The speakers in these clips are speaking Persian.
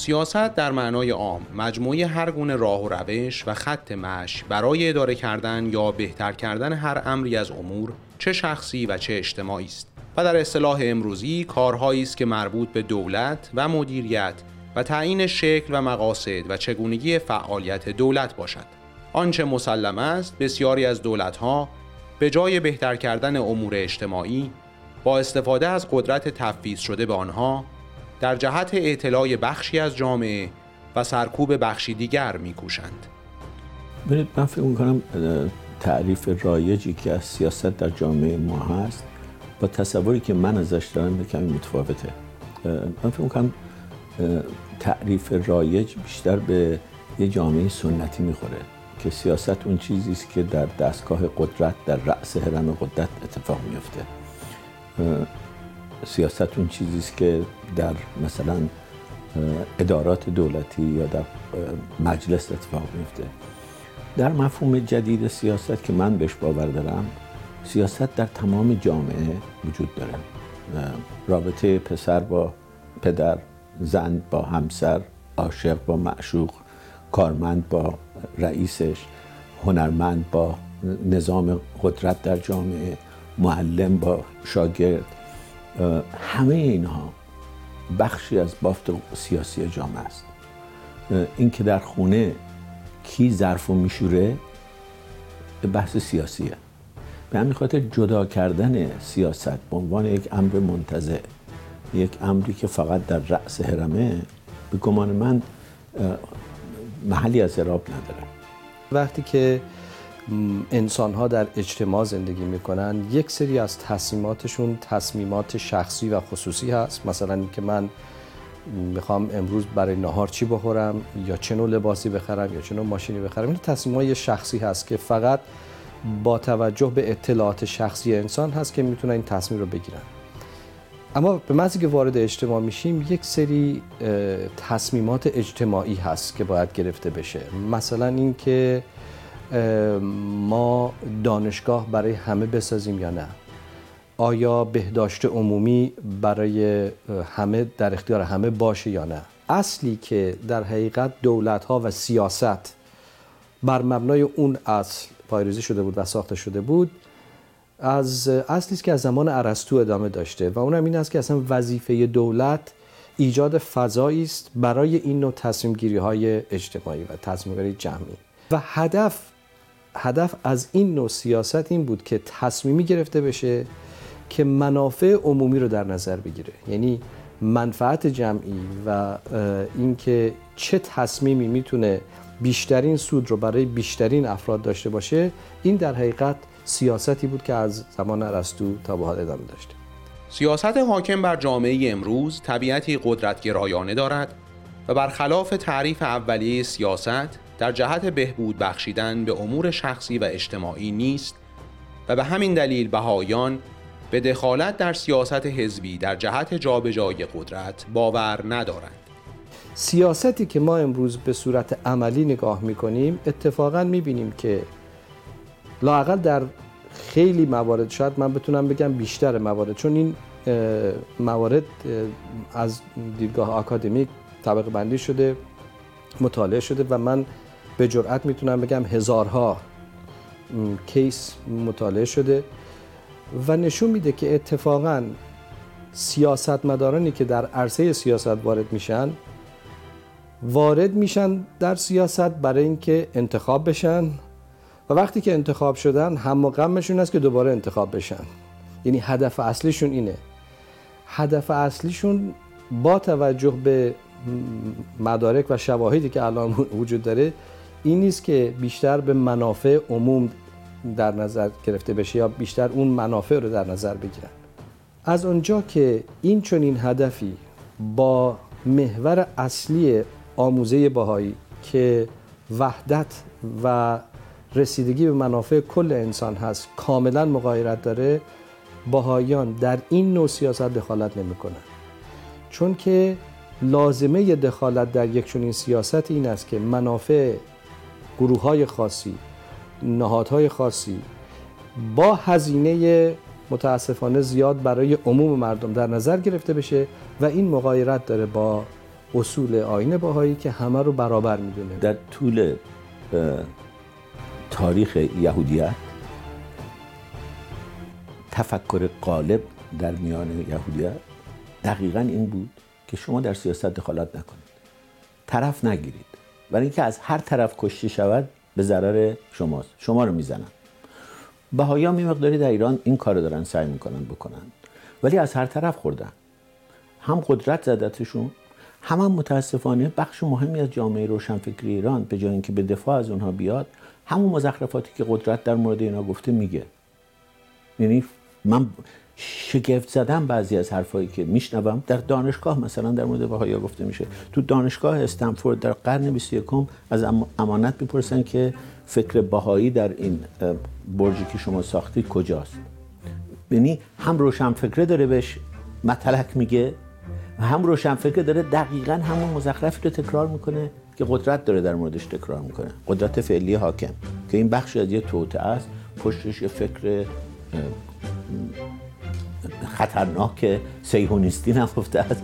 سیاست در معنای عام مجموعه هر گونه راه و روش و خط مشی برای اداره کردن یا بهتر کردن هر امری از امور، چه شخصی و چه اجتماعی است و در اصطلاح امروزی کارهایی است که مربوط به دولت و مدیریت و تعیین شکل و مقاصد و چگونگی فعالیت دولت باشد. آنچه مسلم است بسیاری از دولت‌ها به جای بهتر کردن امور اجتماعی با استفاده از قدرت تفویض شده به آنها در جهت اعتلاء بخشی از جامعه و سرکوب بخشی دیگر می‌کوشند. من فکر می‌کنم تعریف رایجی که از سیاست در جامعه ما هست با تصوری که من ازش دارم کمی متفاوته. من فکر می‌کنم تعریف رایج بیشتر به یه جامعه سنتی می‌خوره که سیاست اون چیزی است که در دستگاه قدرت در رأس هرم قدرت اتفاق میفته. سیاست اون چیزی است که در مثلا ادارات دولتی یا در مجلس اتفاق میفته. در مفهوم جدید سیاست که من بهش باور دارم، سیاست در تمام جامعه وجود داره. رابطه پسر با پدر، زن با همسر، عاشق با معشوق، کارمند با رئیسش، هنرمند با نظام قدرت در جامعه، معلم با شاگرد، همه اینها بخشی از بافت سیاسی جامعه است. این که در خونه کی ظرفو میشوره بحث سیاسیه. به همین خاطر جدا کردن سیاست به عنوان یک امر منتزع، یک امری که فقط در رأس هرمه، به گمان من محلی از اعراب نداره. وقتی که انسان‌ها در اجتماع زندگی می‌کنن، یک سری از تصمیماتشون تصمیمات شخصی و خصوصی هست. مثلا اینکه من میخوام امروز برای نهار چی بخورم، یا چه نوع لباسی بخرم، یا چه نوع ماشینی بخرم. این تصمیمات شخصی هست که فقط با توجه به اطلاعات شخصی انسان هست که میتونن این تصمیم رو بگیرن. اما به محضی که وارد اجتماع میشیم، یک سری تصمیمات اجتماعی هست که باید گرفته بشه. مثلا اینکه ما دانشگاه برای همه بسازیم یا نه، آیا بهداشت عمومی برای همه در اختیار همه باشه یا نه. اصلی که در حقیقت دولت‌ها و سیاست بر مبنای اون اصل پایه‌ریزی شده بود و ساخته شده بود، از اصلی است که از زمان ارسطو ادامه داشته و اونم این است که اصلا وظیفه دولت ایجاد فضایی است برای این نوع تصمیم گیری های اجتماعی و تصمیم گیری جمعی. و هدف از این نوع سیاست این بود که تصمیمی گرفته بشه که منافع عمومی رو در نظر بگیره، یعنی منفعت جمعی و اینکه چه تصمیمی میتونه بیشترین سود رو برای بیشترین افراد داشته باشه. این در حقیقت سیاستی بود که از زمان ارسطو تا به حال ادامه داشته. سیاست حاکم بر جامعه امروز طبیعتی قدرت‌گرایانه دارد و برخلاف تعریف اولیه سیاست در جهت بهبود بخشیدن به امور شخصی و اجتماعی نیست و به همین دلیل بهائیان به دخالت در سیاست حزبی در جهت جابجایی قدرت باور ندارند. سیاستی که ما امروز به صورت عملی نگاه می‌کنیم، اتفاقاً می‌بینیم که لااقل در خیلی موارد، شاید من بتونم بگم بیشتر موارد، چون این موارد از دیدگاه آکادمیک طبقه بندی شده، مطالعه شده و من به جرئت میتونم بگم هزارها کیس مطالعه شده و نشون میده که اتفاقاً سیاستمدارانی که در عرصه سیاست وارد میشن در سیاست برای اینکه انتخاب بشن و وقتی که انتخاب شدن هم و غمشون است که دوباره انتخاب بشن. یعنی هدف اصلیشون اینه. هدف اصلیشون با توجه به مدارک و شواهدی که الان وجود داره این نیست که بیشتر به منافع عموم در نظر گرفته بشه یا بیشتر اون منافع رو در نظر بگیرن. از اونجا که این چنین هدفی با محور اصلی آموزه بهایی که وحدت و رسیدگی به منافع کل انسان هست کاملا مغایرت داره، بهاییان در این نوع سیاست دخالت نمی‌کنند. چون که لازمه دخالت در یک چنین سیاست این است که منافع گروه‌های خاصی، نهادهای خاصی با هزینه متاسفانه زیاد برای عموم مردم در نظر گرفته بشه و این مغایرت داره با اصول آیین بهایی که همه رو برابر میدونه. در طول تاریخ یهودیت تفکر غالب در میان یهودیت دقیقاً این بود که شما در سیاست دخالت نکنید، طرف نگیرید، برای اینکه از هر طرف کشته شود به ضرر شماست، شما رو میزنن. بهائیان یه مقداری در ایران این کارو دارن سعی میکنن بکنن، ولی از هر طرف خوردن، هم قدرت زدتشون، هم متاسفانه بخش مهمی از جامعه روشنفکری ایران به جای اینکه به دفاع از اونها بیاد، همون مزخرفاتی که قدرت در مورد اینا گفته میگه. یعنی من شگفت زدم بعضی از حرفایی که میشنوم در دانشگاه، مثلا در مورد بهائی‌ها گفته میشه. تو دانشگاه استنفورد در قرن 21 از امانت میپرسن که فکر بهایی در این برجی که شما ساختید کجاست. یعنی هم روشنفکره داره بهش مطلق میگه، هم روشنفکر داره دقیقاً همون مزخرفی رو تکرار میکنه که قدرت داره در موردش تکرار میکنه، قدرت فعلی حاکم، که این بخشی از یه توطئه است، پشتش یه فکر خطرناک صهیونیستی نهفته است.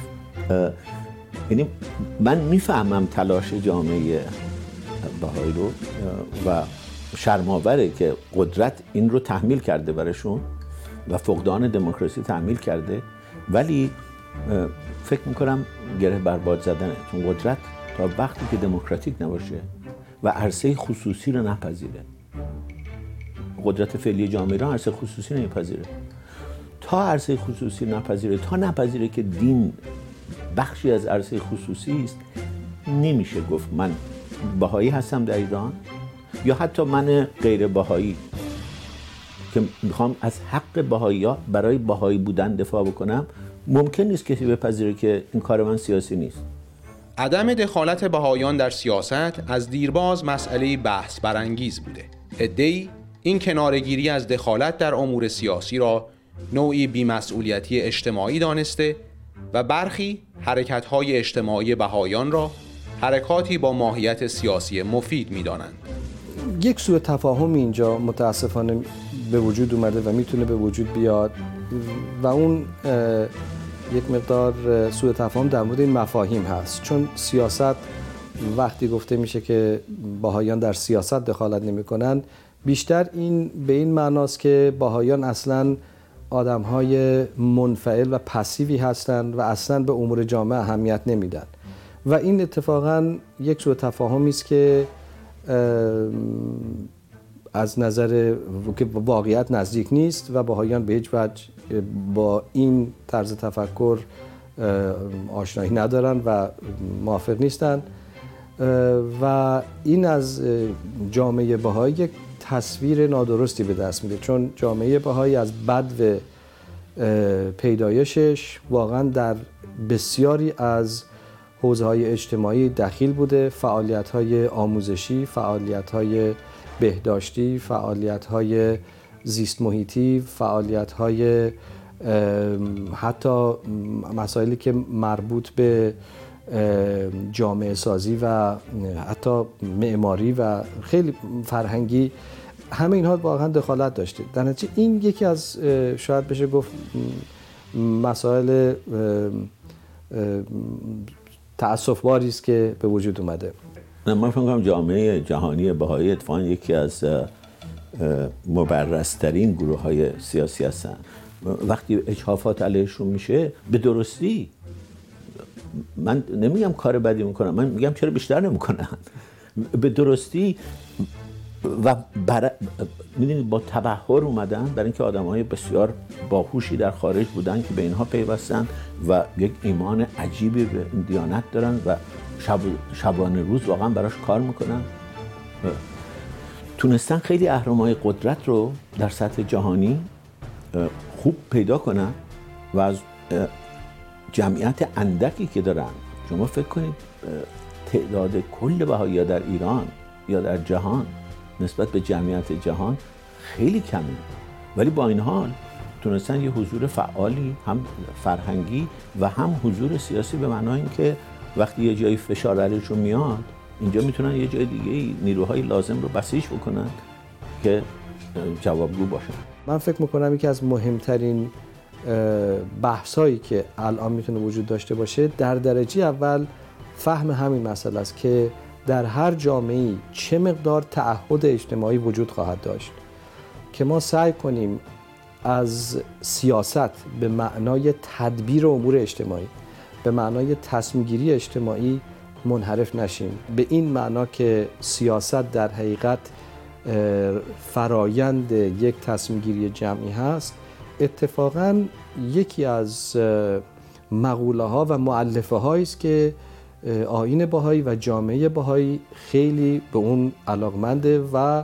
یعنی من میفهمم تلاش جامعه بهایی رو و شرم‌آوره که قدرت این رو تحمیل کرده براشون و فقدان دموکراسی تحمیل کرده، ولی فکر میکنم گره برباد زدنه، چون قدرت تا وقتی که دموکراتیک نباشه و عرصه خصوصی رو نپذیره، قدرت فعلی جامعه را عرصه خصوصی نمیپذیره، تا عرصه خصوصی نپذیره، تا نپذیره که دین بخشی از عرصه خصوصی است، نمیشه گفت من بهایی هستم در ایران، یا حتی من غیر بهایی که میخوام از حق بهایی‌ها برای بهایی بودن دفاع بکنم، ممکن نیست کسی بپذیره که این کار من سیاسی نیست. عدم دخالت بهائیان در سیاست از دیرباز مسئله بحث برانگیز بوده. عده‌ای این کناره‌گیری از دخالت در امور سیاسی را نوعی بی‌مسئولیتی اجتماعی دانسته و برخی حرکت‌های اجتماعی بهائیان را حرکاتی با ماهیت سیاسی مفید می‌دانند. یک سوء تفاهم اینجا متاسفانه به وجود اومده و میتونه به وجود بیاد و اون یک مقدار سوء تفاهم در مورد این مفاهیم هست، چون سیاست وقتی گفته میشه که بهائیان در سیاست دخالت نمی‌کنند، بیشتر این به این معناست که بهائیان اصلاً آدم‌های منفعل و پسیوی هستند و اصلاً به امور جامعه اهمیت نمیدن و این اتفاقاً یک سوء تفاهمی است که از نظر که واقعیت نزدیک نیست و بهائیان به هیچ وجه با این طرز تفکر آشنایی ندارن و موافق نیستن و این از جامعه بهایی یک تصویر نادرستی به دست میده، چون جامعه بهایی از بدو پیدایشش واقعا در بسیاری از حوزه‌های اجتماعی دخیل بوده، فعالیت‌های آموزشی، فعالیت‌های بهداشتی، فعالیت‌های زیست محیطی، فعالیت‌های حتی مسائلی که مربوط به جامعه سازی و حتی معماری و خیلی فرهنگی، همه اینها واقعا دخالت داشته. در نتیجه این یکی از شاید بشه گفت مسائل تأسف‌باری است که به وجود اومده. من فکر می‌کنم جامعه جهانی بهایی اتفاقاً یکی از مبرزترین گروه‌های سیاسی هستن. وقتی اجحافات علیهشون میشه به درستی، من نمیگم کار بدی میکنن، من میگم چرا بیشتر نمیکنن، به درستی و میدونید با تبحر اومدن، برای اینکه آدمای بسیار باهوشی در خارج بودن که به اینها پیوستن و یک ایمان عجیبی به این دیانت دارن و شبانه روز واقعا براش کار میکنن، تونستن خیلی اهرم‌های قدرت رو در سطح جهانی خوب پیدا کنن و از جمعیت اندکی که دارن، شما فکر کنید تعداد کل بهائی‌ها در ایران یا در جهان نسبت به جمعیت جهان خیلی کمه، ولی با این حال تونستن یه حضور فعالی هم فرهنگی و هم حضور سیاسی به معنای اینکه وقتی یه جایی فشار علیشون میاد، اینجا میتونن یه جای دیگه نیروهای لازم رو بسیج بکنن که جوابگو باشن. من فکر میکنم یکی از مهمترین بحثایی که الان میتونه وجود داشته باشه در درجه اول فهم همین مسئله است که در هر جامعه‌ای چه مقدار تعهد اجتماعی وجود خواهد داشت که ما سعی کنیم از سیاست به معنای تدبیر امور اجتماعی، به معنای تصمیم گیری اجتماعی منحرف نشیم. به این معنا که سیاست در حقیقت فرایند یک تصمیم گیری جمعی هست. اتفاقاً یکی از مقوله ها و مؤلفه هایی است که آیین بهایی و جامعه بهایی خیلی به اون علاقمنده و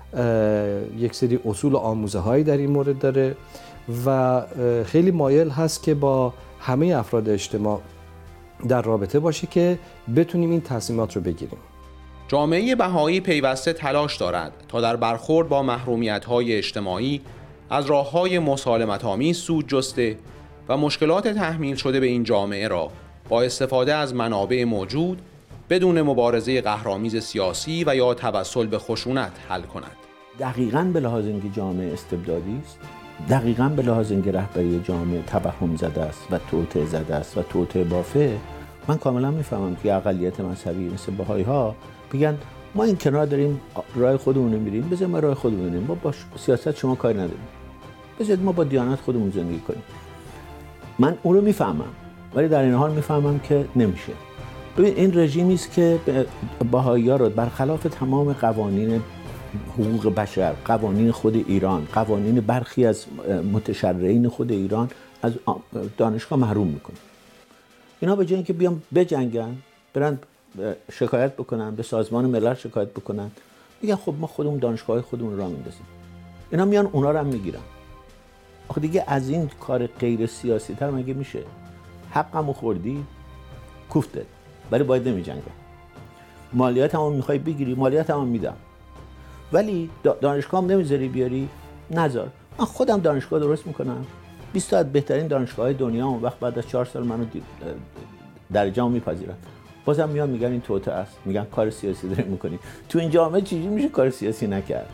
یک سری اصول و آموزه هایی در این مورد داره و خیلی مایل هست که با همه افراد اجتماع در رابطه باشه که بتونیم این تصمیمات رو بگیریم. جامعه بهایی پیوسته تلاش دارد تا در برخورد با محرومیت‌های اجتماعی از راه‌های مسالمت‌آمیز سود جسته و مشکلات تحمیل شده به این جامعه را با استفاده از منابع موجود بدون مبارزه قهرآمیز سیاسی و یا توسل به خشونت حل کند. دقیقاً به لحاظ اینکه جامعه استبدادی است، دقیقاً به لحاظ اینکه رهبری جامعه توهم زده است و توطئه زده است و توطئه بافه، من کاملا میفهمم که اقلیت مذهبی مثل بهایی‌ها بگن ما این کنار داریم راه خودمون رو میریم، بذار ما راه خودمون بریم، ما با سیاست شما کاری نداریم، بذار ما با دیانت خودمون زندگی کنیم. من اون رو میفهمم، ولی در این حال میفهمم که نمیشه. ببین این رژیمی است که بهایی‌ها رو برخلاف تمام قوانین حقوق بشر، قوانین خود ایران، قوانین برخی از متشرعین خود ایران از دانشگاه محروم میکنه. اینا به جای اینکه بیان بجنگن، برن شکایت بکنن، به سازمان ملل شکایت بکنن، میگن خب ما خودمون دانشگاه خودمون راه میندازیم. اینا میان اونا رو هم میگیرن. آخه دیگه از این کار غیر سیاسی تر مگه میشه؟ حقمو خوردی کوفته، ولی باید نمیجنگم. مالیاتمو میخوای بگیری، مالیاتمو میدم. ولی دانشگاه هم نمیذاری بیاری، نذار. من خودم دانشگاه درست میکنم. 20 تا از بهترین دانشگاه‌های دنیا اون وقت بعد از 4 سال منو درجه‌مو میپذیرن. بازم میان میگن این توطئه است، میگن کار سیاسی داری میکنی. تو این جامعه چجوری میشه کار سیاسی نکرد؟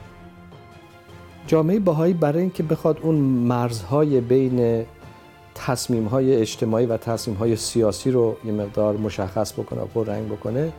جامعه بهایی برای اینکه بخواد اون مرزهای بین تصمیم‌های اجتماعی و تصمیم‌های سیاسی رو یه مقدار مشخص بکنه و پررنگ بکنه،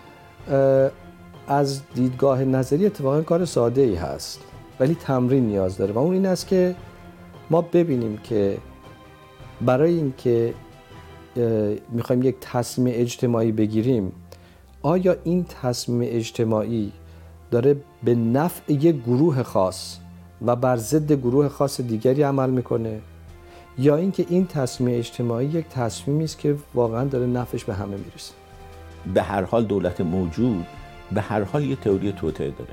از دیدگاه نظری اتفاقا کار ساده‌ای هست، ولی تمرین نیاز داره و اون این است که ما ببینیم که برای اینکه میخوایم یک تصمیم اجتماعی بگیریم، آیا این تصمیم اجتماعی داره به نفع یک گروه خاص و بر ضد گروه خاص دیگری عمل میکنه، یا اینکه این تصمیم اجتماعی یک تصمیمی است که واقعا داره نفعش به همه میرسه. به هر حال دولت موجود به هر حال یه تئوری توطئه داره.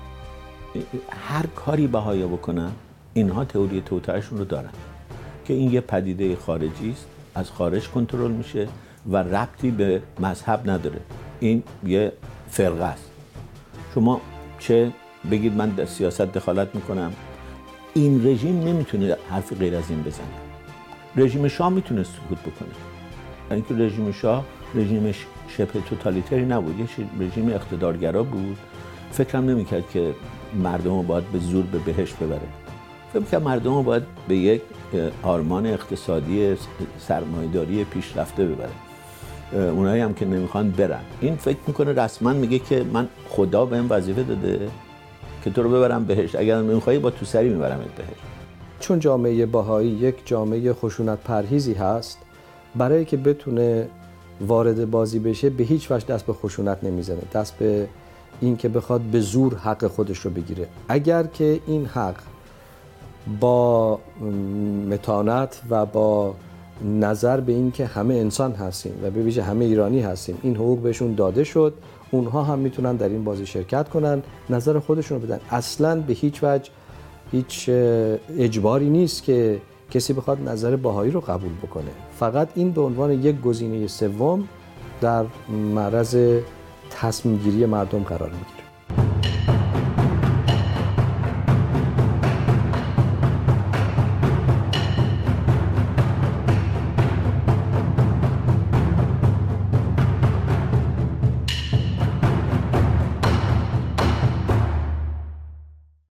هر کاری بهایی‌ها بکنن، اینها تئوری توطئه‌شون رو دارن که این یه پدیده خارجی است، از خارج کنترل میشه و ربطی به مذهب نداره. این یه فرقه است. شما چه بگید من در سیاست دخالت میکنم، این رژیم نمیتونه حرفی غیر از این بزنه. رژیم شاه میتونه سکوت بکنه، اینکه رژیم شاه رژیمش شبه توتالیتری نبود، یه رژیم اقتدارگرا بود. فکرم نمیکرد که مردم رو باید به زور به بهشت ببره. فکر میکرد مردم رو باید به یک آرمان اقتصادی سرمایه‌داری پیشرفته ببره. اونایی هم که نمیخوان برن. این فکر میکنه رسما میگه که من خدا بهم وظیفه داده که تو رو ببرم بهشت، اگر نمیخوای با تو سری میبرمت بهشت. چون جامعه بهایی یک جامعه خشونت پرهیزی هست، برای که بتونه وارد بازی بشه به هیچ وجه دست به خشونت نمیزنه، دست به این که بخواد به زور حق خودش رو بگیره. اگر که این حق با متانت و با نظر به این که همه انسان هستیم و به ویژه همه ایرانی هستیم، این حقوق بهشون داده شد، اونها هم میتونن در این بازی شرکت کنن، نظر خودشون رو بدن. اصلاً به هیچ وجه هیچ اجباری نیست که کسی بخواد نظر بهایی رو قبول بکنه. فقط این به عنوان یک گزینه سوم در معرض تصمیم گیری مردم قرار میگیره.